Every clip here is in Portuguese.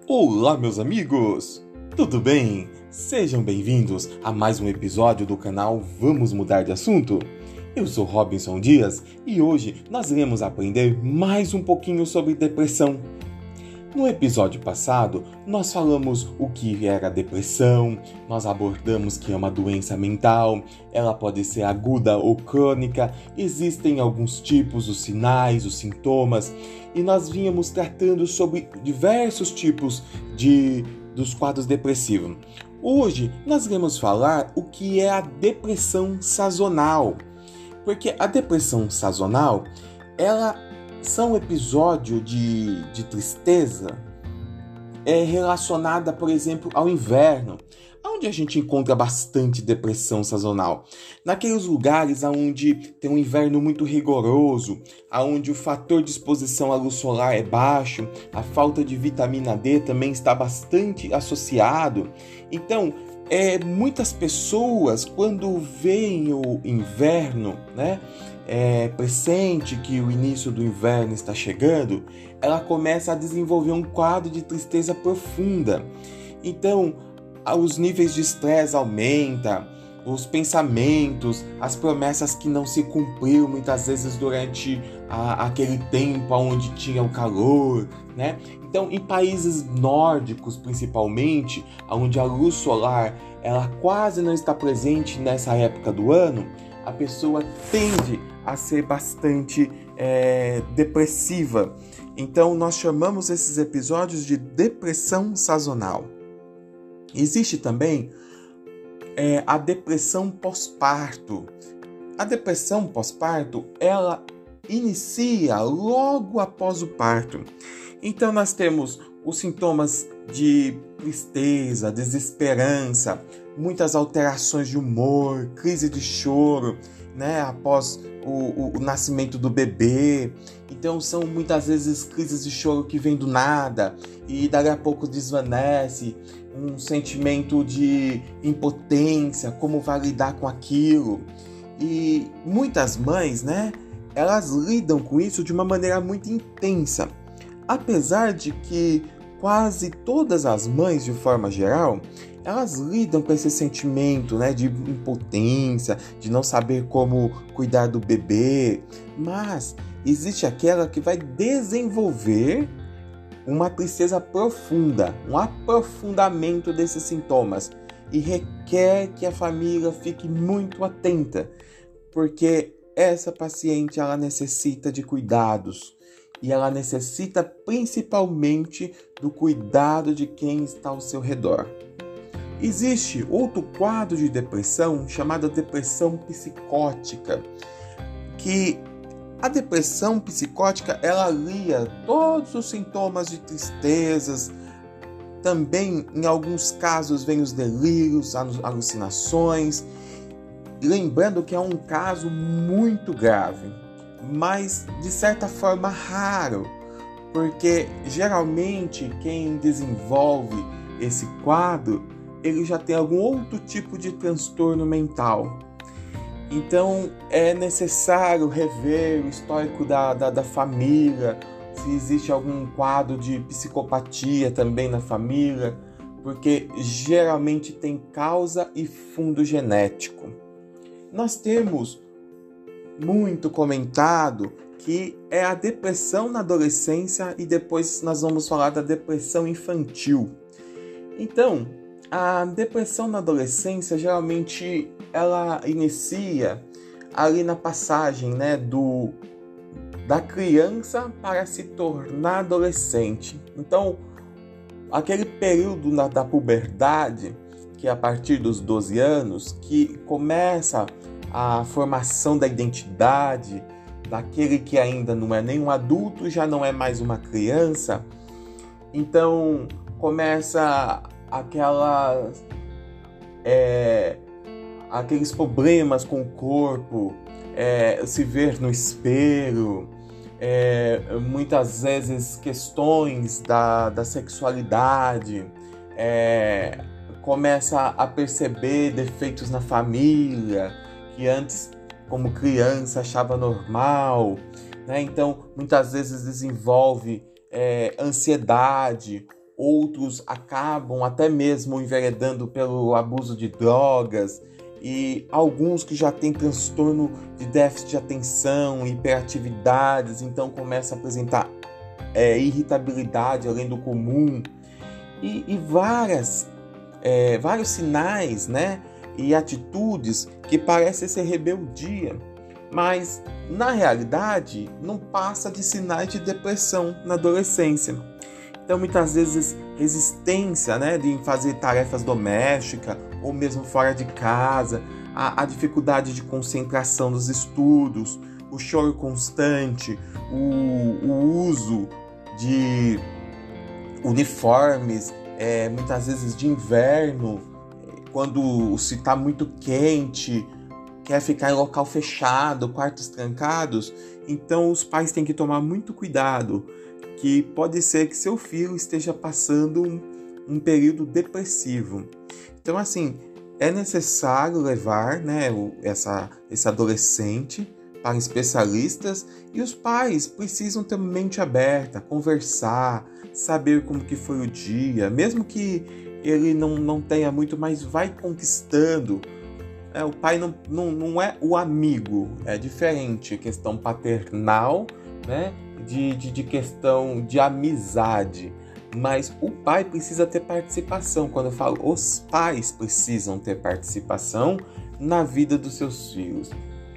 Olá, meus amigos! Tudo bem? Sejam bem-vindos a mais um episódio do canal Vamos Mudar de Assunto. Eu sou Robinson Dias e hoje nós iremos aprender mais um pouquinho sobre depressão. No episódio passado, nós falamos o que era depressão, nós abordamos que é uma doença mental, ela pode ser aguda ou crônica, existem alguns tipos, os sinais, os sintomas, e nós vínhamos tratando sobre diversos tipos dos quadros depressivos. Hoje, nós iremos falar o que é a depressão sazonal, porque a depressão sazonal, ela são episódios de tristeza relacionada, por exemplo, ao inverno, onde a gente encontra bastante depressão sazonal. Naqueles lugares onde tem um inverno muito rigoroso, onde o fator de exposição à luz solar é baixo, a falta de vitamina D também está bastante associado. Então, muitas pessoas, quando veem o inverno, pressente que o início do inverno está chegando, ela começa a desenvolver um quadro de tristeza profunda. Então, os níveis de estresse aumentam, os pensamentos, as promessas que não se cumpriram muitas vezes durante aquele tempo onde tinha o calor, Então, em países nórdicos, principalmente, onde a luz solar ela quase não está presente nessa época do ano, a pessoa tende a ser bastante depressiva. Então, nós chamamos esses episódios de depressão sazonal. Existe também a depressão pós-parto. A depressão pós-parto, ela inicia logo após o parto. Então, nós temos os sintomas de tristeza, desesperança, muitas alterações de humor, crise de choro, após o nascimento do bebê. Então são muitas vezes crises de choro que vêm do nada e daqui a pouco desvanece, um sentimento de impotência, como vai lidar com aquilo. E muitas mães, elas lidam com isso de uma maneira muito intensa, apesar de que quase todas as mães, de forma geral, elas lidam com esse sentimento, de impotência, de não saber como cuidar do bebê, mas existe aquela que vai desenvolver uma tristeza profunda, um aprofundamento desses sintomas e requer que a família fique muito atenta, porque essa paciente ela necessita de cuidados e ela necessita principalmente do cuidado de quem está ao seu redor. Existe outro quadro de depressão chamado depressão psicótica, que a depressão psicótica ela alia todos os sintomas de tristezas, também em alguns casos vem os delírios, alucinações, lembrando que é um caso muito grave, mas de certa forma raro, porque geralmente quem desenvolve esse quadro ele já tem algum outro tipo de transtorno mental. Então, é necessário rever o histórico da família, se existe algum quadro de psicopatia também na família, porque geralmente tem causa e fundo genético. Nós temos muito comentado que é a depressão na adolescência e depois nós vamos falar da depressão infantil. Então, a depressão na adolescência, geralmente, ela inicia ali na passagem, da criança para se tornar adolescente. Então, aquele período da puberdade, que é a partir dos 12 anos, que começa a formação da identidade, daquele que ainda não é nem um adulto, já não é mais uma criança. Então, começa aqueles problemas com o corpo, se ver no espelho, muitas vezes questões da sexualidade, começa a perceber defeitos na família, que antes, como criança, achava normal, Então, muitas vezes desenvolve ansiedade outros acabam até mesmo enveredando pelo abuso de drogas, e alguns que já têm transtorno de déficit de atenção, hiperatividades, então começam a apresentar irritabilidade além do comum, e vários sinais, né, e atitudes que parecem ser rebeldia, mas na realidade não passa de sinais de depressão na adolescência. Então muitas vezes resistência, né, de fazer tarefas domésticas ou mesmo fora de casa, a dificuldade de concentração dos estudos, o choro constante, o uso de uniformes, muitas vezes de inverno, quando se está muito quente, quer ficar em local fechado, quartos trancados. Então os pais têm que tomar muito cuidado, que pode ser que seu filho esteja passando um período depressivo. Então assim, é necessário levar, né, esse adolescente para especialistas, e os pais precisam ter mente aberta, conversar, saber como que foi o dia, mesmo que ele não tenha muito, mas vai conquistando. O pai não é o amigo, é diferente, questão paternal, né, de questão de amizade. Mas o pai precisa ter participação. Quando eu falo, os pais precisam ter participação na vida dos seus filhos.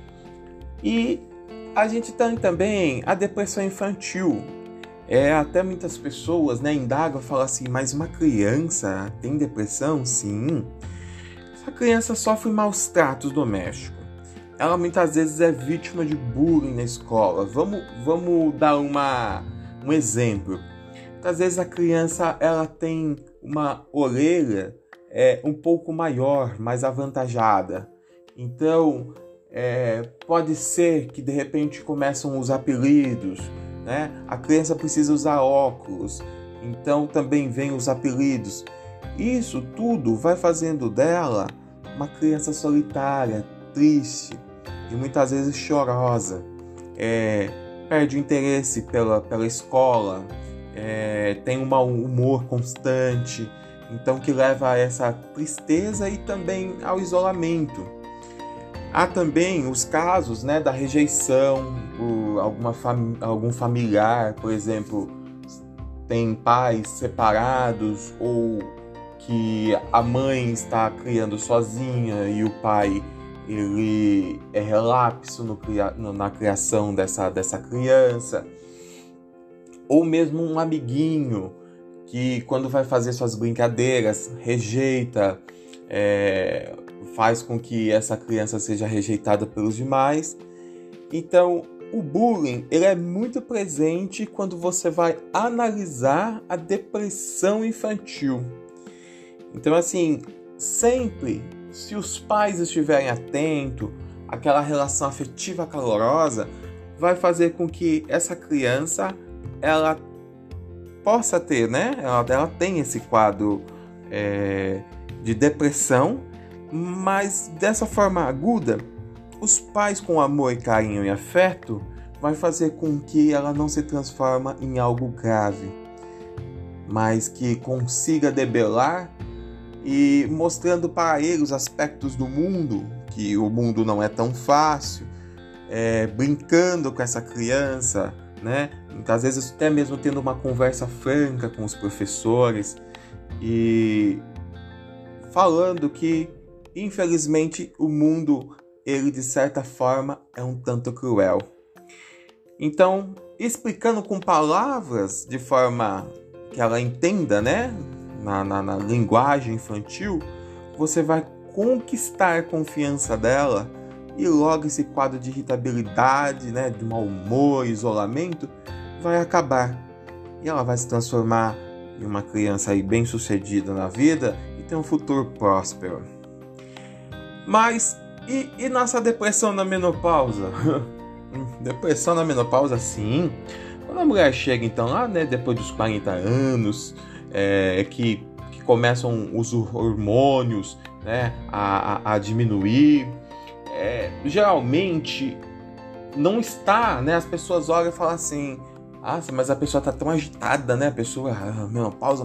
E a gente tem também a depressão infantil. Até muitas pessoas, né, indagam e falam assim, mas uma criança tem depressão? Sim. Essa criança sofre maus tratos domésticos. Ela muitas vezes é vítima de bullying na escola. Vamos dar um exemplo. Muitas vezes a criança ela tem uma orelha um pouco maior, mais avantajada. Então, pode ser que de repente começam os apelidos, né? A criança precisa usar óculos, então também vem os apelidos. Isso tudo vai fazendo dela uma criança solitária, triste e muitas vezes chorosa. Perde o interesse pela escola, tem um mau humor constante, então que leva a essa tristeza e também ao isolamento. Há também os casos, né, da rejeição por algum familiar, por exemplo, tem pais separados ou que a mãe está criando sozinha e o pai ele é relapso na criação dessa criança. Ou mesmo um amiguinho que quando vai fazer suas brincadeiras rejeita, faz com que essa criança seja rejeitada pelos demais. Então, o bullying ele é muito presente quando você vai analisar a depressão infantil. Então, assim, sempre, se os pais estiverem atentos, aquela relação afetiva calorosa vai fazer com que essa criança ela possa ter, né? Ela tem esse quadro de depressão, mas dessa forma aguda, os pais com amor e carinho e afeto vai fazer com que ela não se transforme em algo grave, mas que consiga debelar e mostrando para ele os aspectos do mundo, que o mundo não é tão fácil, brincando com essa criança, né? Muitas vezes até mesmo tendo uma conversa franca com os professores e falando que infelizmente o mundo ele de certa forma é um tanto cruel. Então, explicando com palavras de forma que ela entenda, né, na linguagem infantil, você vai conquistar a confiança dela e logo esse quadro de irritabilidade, né, de mau humor, isolamento, vai acabar. E ela vai se transformar em uma criança aí bem-sucedida na vida e ter um futuro próspero. Mas, e nossa depressão na menopausa? Depressão na menopausa, sim. Quando a mulher chega, então, lá, né, depois dos 40 anos, que começam os hormônios, né, a diminuir, geralmente não está, né, as pessoas olham e falam assim, Nossa, mas a pessoa tá tão agitada, né? A pessoa, menopausa,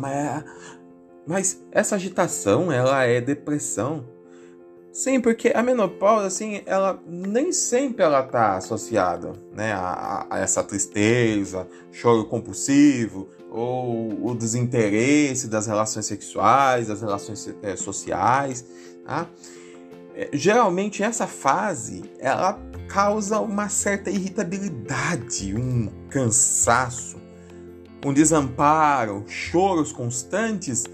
mas essa agitação, ela é depressão. Sim, porque a menopausa, assim, ela nem sempre ela tá associada, né, a essa tristeza, choro compulsivo, ou o desinteresse das relações sexuais, das relações sociais, tá? Geralmente essa fase, ela causa uma certa irritabilidade, um cansaço, um desamparo, choros constantes,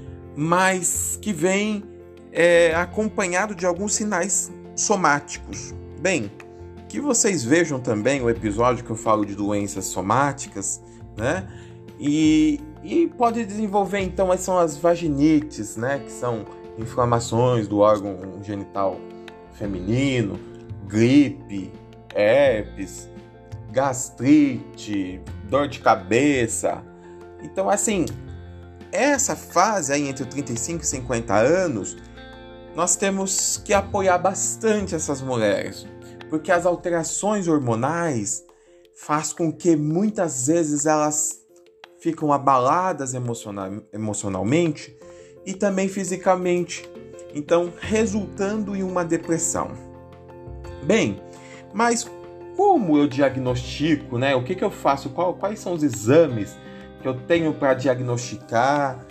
mas que vem acompanhado de alguns sinais somáticos. Bem, que vocês vejam também o episódio que eu falo de doenças somáticas, né? E pode desenvolver, então, são as vaginites, né? Que são inflamações do órgão genital feminino, gripe, herpes, gastrite, dor de cabeça. Então, assim, essa fase aí entre 35 e 50 anos, nós temos que apoiar bastante essas mulheres, porque as alterações hormonais faz com que muitas vezes elas ficam abaladas emocionalmente e também fisicamente, então resultando em uma depressão. Bem, mas como eu diagnostico, né? O que eu faço? Quais são os exames que eu tenho para diagnosticar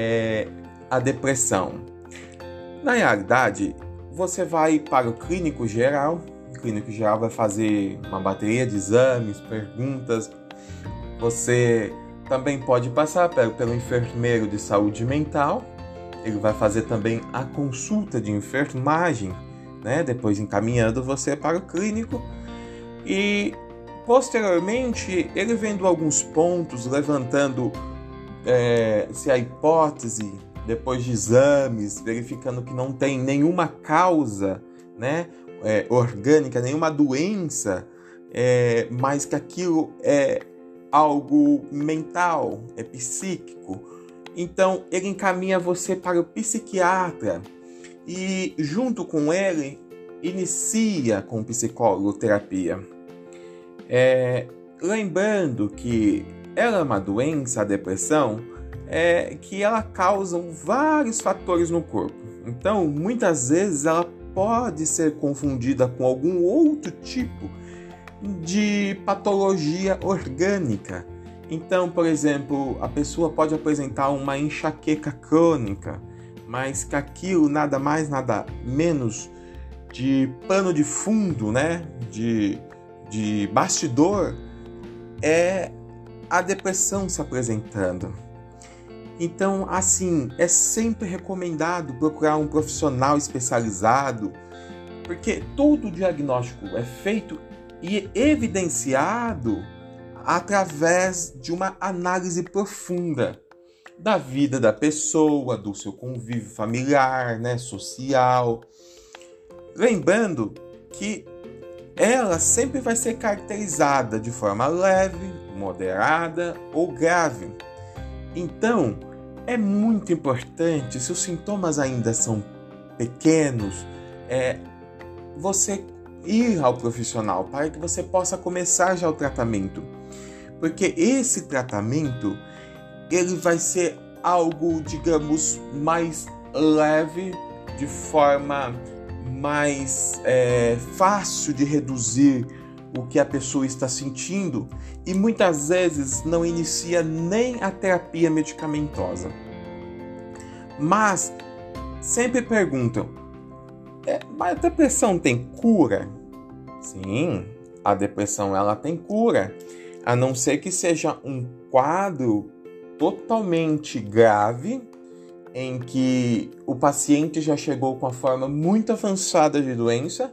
a depressão? Na realidade, você vai para o clínico geral. O clínico geral vai fazer uma bateria de exames, perguntas. Você também pode passar pelo enfermeiro de saúde mental. Ele vai fazer também a consulta de enfermagem, né? Depois encaminhando você para o clínico. E posteriormente, ele vendo alguns pontos, levantando se a hipótese, depois de exames, verificando que não tem nenhuma causa, né, orgânica, nenhuma doença, mas que aquilo é algo mental, é psíquico. Então, ele encaminha você para o psiquiatra e, junto com ele, inicia com o psicólogo terapia. Lembrando que ela é uma doença, a depressão, que ela causa vários fatores no corpo. Então, muitas vezes ela pode ser confundida com algum outro tipo de patologia orgânica. Então, por exemplo, a pessoa pode apresentar uma enxaqueca crônica, mas que aquilo nada mais, nada menos de pano de fundo, né? de bastidor, é a depressão se apresentando. Então, assim, é sempre recomendado procurar um profissional especializado, porque todo o diagnóstico é feito e evidenciado através de uma análise profunda da vida da pessoa, do seu convívio familiar, né, social. Lembrando que ela sempre vai ser caracterizada de forma leve, moderada ou grave. Então, é muito importante, se os sintomas ainda são pequenos, você ir ao profissional para que você possa começar já o tratamento. Porque esse tratamento, ele vai ser algo, digamos, mais leve, de forma mais fácil de reduzir o que a pessoa está sentindo e muitas vezes não inicia nem a terapia medicamentosa. Mas sempre perguntam, mas a depressão tem cura? Sim, a depressão ela tem cura, a não ser que seja um quadro totalmente grave, em que o paciente já chegou com a forma muito avançada de doença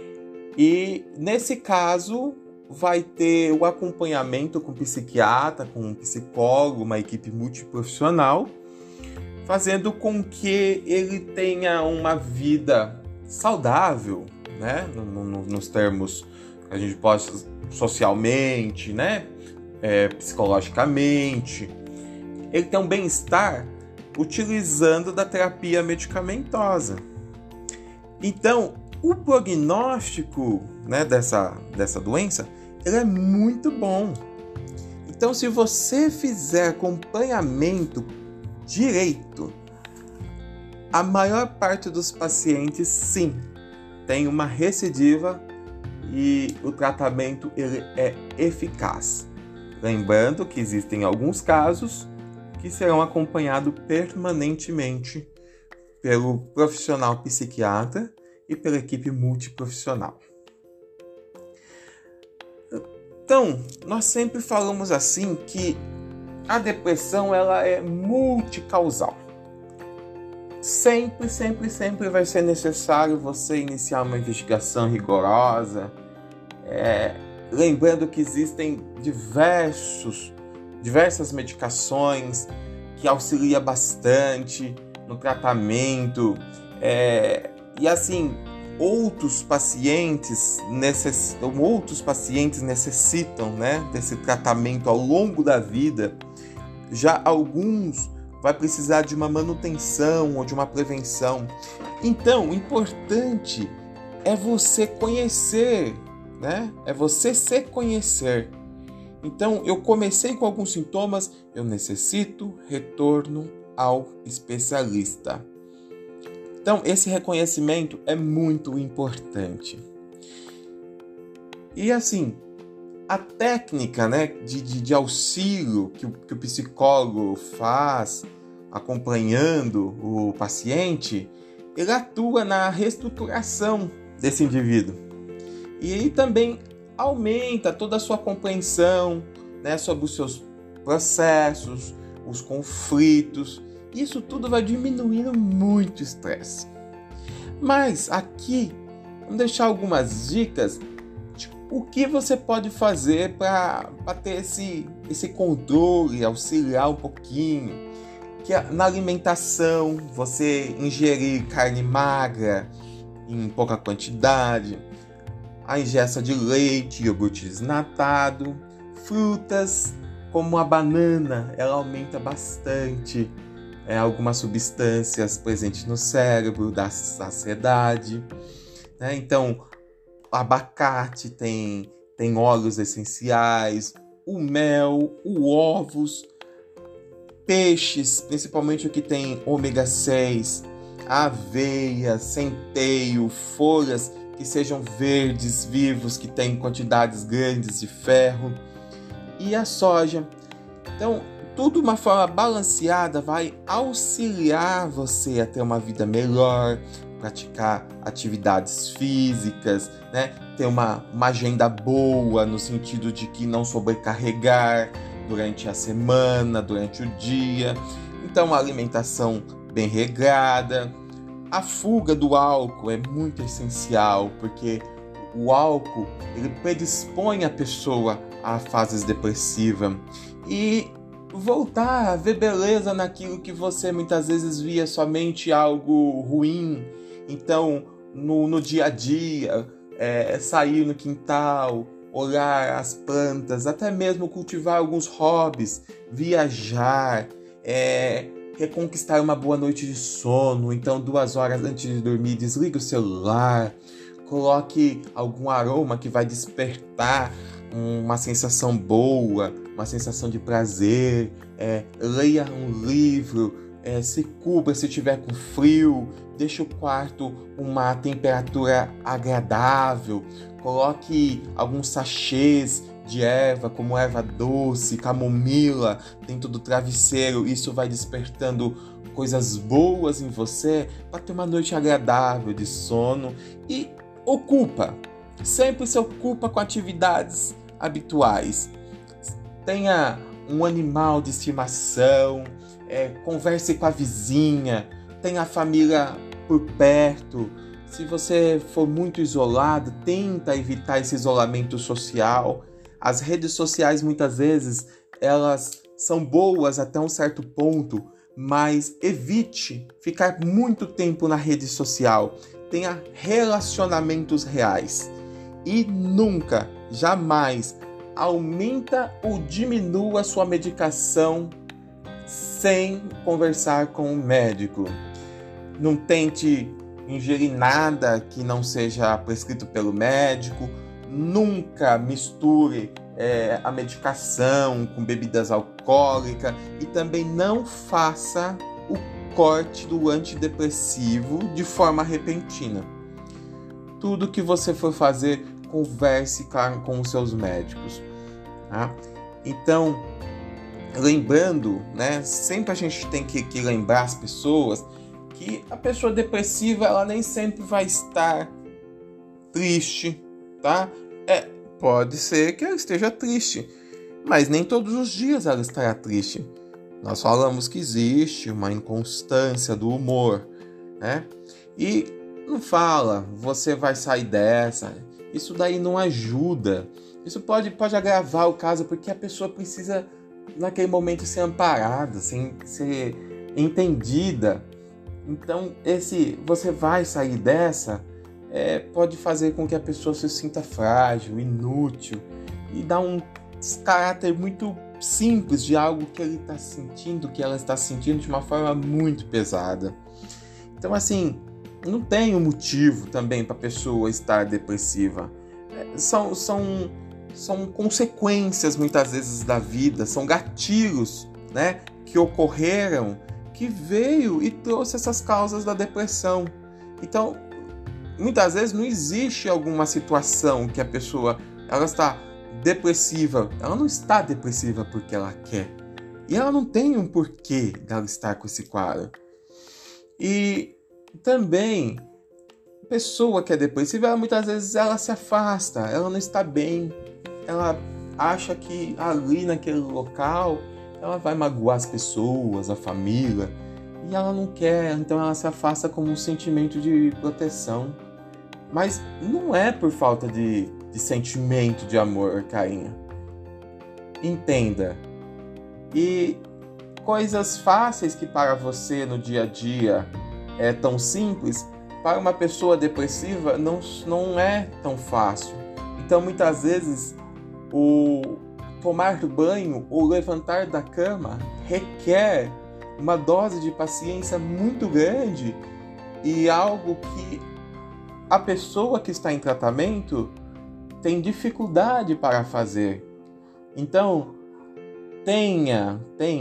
e, nesse caso, vai ter o acompanhamento com o psiquiatra, com um psicólogo, uma equipe multiprofissional, fazendo com que ele tenha uma vida saudável, né? Nos termos que a gente possa socialmente, né? Psicologicamente. Ele tem um bem-estar utilizando da terapia medicamentosa. Então, o prognóstico, né, dessa doença, ele é muito bom. Então, se você fizer acompanhamento direito, a maior parte dos pacientes, sim, tem uma recidiva e o tratamento ele é eficaz. Lembrando que existem alguns casos que serão acompanhados permanentemente pelo profissional psiquiatra e pela equipe multiprofissional. Então, nós sempre falamos assim que a depressão ela é multicausal. Sempre vai ser necessário você iniciar uma investigação rigorosa. Lembrando que existem diversas medicações que auxiliam bastante no tratamento. E assim, outros pacientes necessitam, né, desse tratamento ao longo da vida. Já alguns vai precisar de uma manutenção ou de uma prevenção. Então, o importante é você conhecer, né? É você se conhecer. Então, eu comecei com alguns sintomas, eu necessito retorno ao especialista. Então, esse reconhecimento é muito importante. E assim, a técnica, né, de auxílio que o psicólogo faz acompanhando o paciente, ele atua na reestruturação desse indivíduo. E ele também aumenta toda a sua compreensão, né, sobre os seus processos, os conflitos. Isso tudo vai diminuindo muito o estresse. Mas aqui, vamos deixar algumas dicas de o que você pode fazer para ter esse controle, auxiliar um pouquinho. Que na alimentação, você ingerir carne magra em pouca quantidade, a ingesta de leite, iogurte desnatado, frutas como a banana, ela aumenta bastante algumas substâncias presentes no cérebro, da saciedade, né? Então, o abacate tem óleos essenciais, o mel, os ovos, peixes, principalmente o que tem ômega 6, aveia, centeio, folhas que sejam verdes, vivos, que tenham quantidades grandes de ferro, e a soja. Então, tudo de uma forma balanceada vai auxiliar você a ter uma vida melhor, praticar atividades físicas, né? Ter uma agenda boa no sentido de que não sobrecarregar durante a semana, durante o dia. Então, uma alimentação bem regrada. A fuga do álcool é muito essencial, porque o álcool ele predispõe a pessoa a fases depressivas. E voltar a ver beleza naquilo que você muitas vezes via somente algo ruim. Então, no dia a dia, sair no quintal, olhar as plantas, até mesmo cultivar alguns hobbies, viajar, reconquistar uma boa noite de sono. Então, 2 horas antes de dormir, desliga o celular, coloque algum aroma que vai despertar uma sensação boa, uma sensação de prazer, leia um livro, se cubra se tiver com frio, deixe o quarto uma temperatura agradável, coloque alguns sachês de erva, como erva doce, camomila, dentro do travesseiro. Isso vai despertando coisas boas em você para ter uma noite agradável de sono. E sempre se ocupa com atividades habituais. Tenha um animal de estimação, converse com a vizinha, tenha a família por perto. Se você for muito isolado, tenta evitar esse isolamento social. As redes sociais, muitas vezes, elas são boas até um certo ponto, mas evite ficar muito tempo na rede social. Tenha relacionamentos reais. E nunca, jamais, aumenta ou diminua a sua medicação sem conversar com o médico. Não tente ingerir nada que não seja prescrito pelo médico. Nunca misture a medicação com bebidas alcoólicas e também não faça o corte do antidepressivo de forma repentina. Tudo que você for fazer, converse com os seus médicos. Tá? Então, lembrando, né, sempre a gente tem que lembrar as pessoas que a pessoa depressiva ela nem sempre vai estar triste, tá? Pode ser que ela esteja triste, mas nem todos os dias ela estará triste. Nós falamos que existe uma inconstância do humor, né? E não fala, você vai sair dessa. Isso daí não ajuda. Isso pode agravar o caso, porque a pessoa precisa, naquele momento, ser amparada, ser entendida. Então, você vai sair dessa, pode fazer com que a pessoa se sinta frágil, inútil, e dá um caráter muito simples de algo que ele está sentindo, que ela está sentindo de uma forma muito pesada. Então, assim, não tem um motivo também para a pessoa estar depressiva. São consequências, muitas vezes, da vida, são gatilhos, né, que ocorreram, que veio e trouxe essas causas da depressão. Então, muitas vezes não existe alguma situação que a pessoa ela está depressiva. Ela não está depressiva porque ela quer. E ela não tem um porquê dela estar com esse quadro. E também, a pessoa que é depressiva, muitas vezes ela se afasta, ela não está bem. Ela acha que ali naquele local ela vai magoar as pessoas, a família, e ela não quer, então ela se afasta como um sentimento de proteção. Mas não é por falta de sentimento de amor, carinha. Entenda. E coisas fáceis que para você no dia a dia é tão simples, para uma pessoa depressiva não é tão fácil. Então muitas vezes o tomar banho ou levantar da cama requer uma dose de paciência muito grande e algo que a pessoa que está em tratamento tem dificuldade para fazer. Então, tenha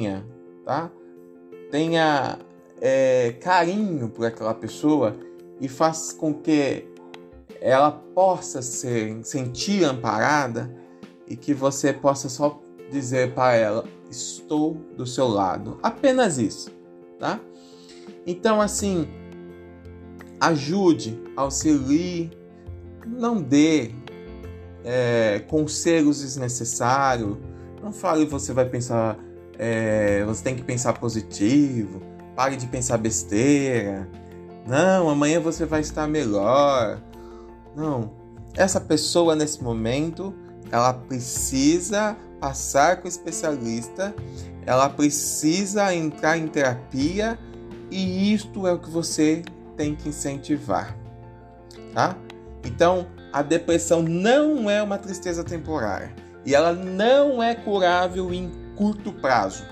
carinho por aquela pessoa e faça com que ela possa sentir amparada e que você possa só dizer para ela: estou do seu lado. Apenas isso, tá? Então, assim, ajude, auxilie, não dê conselhos desnecessários. Não fale você vai pensar, você tem que pensar positivo, pare de pensar besteira. Não, amanhã você vai estar melhor. Não, essa pessoa nesse momento, ela precisa passar com o especialista, ela precisa entrar em terapia e isto é o que você tem que incentivar, tá? Então, a depressão não é uma tristeza temporária e ela não é curável em curto prazo.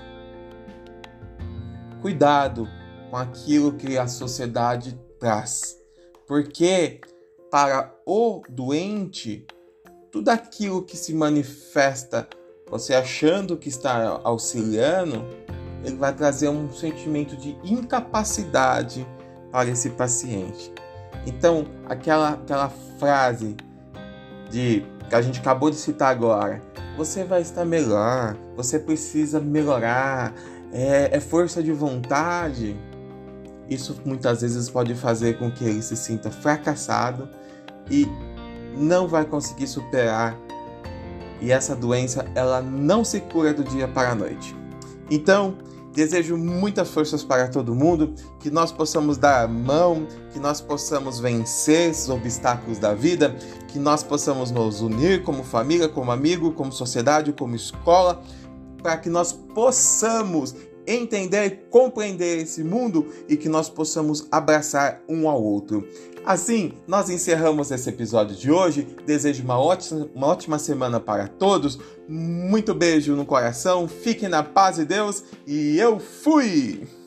Cuidado com aquilo que a sociedade traz, porque para o doente, tudo aquilo que se manifesta, você achando que está auxiliando, ele vai trazer um sentimento de incapacidade para esse paciente. Então, aquela frase que a gente acabou de citar agora, você vai estar melhor, você precisa melhorar, é força de vontade. Isso muitas vezes pode fazer com que ele se sinta fracassado e não vai conseguir superar. E essa doença, ela não se cura do dia para a noite. Então, desejo muitas forças para todo mundo, que nós possamos dar a mão, que nós possamos vencer esses obstáculos da vida, que nós possamos nos unir como família, como amigo, como sociedade, como escola, para que nós possamos entender e compreender esse mundo e que nós possamos abraçar um ao outro. Assim, nós encerramos esse episódio de hoje. Desejo uma ótima semana para todos. Muito beijo no coração. Fiquem na paz de Deus e eu fui!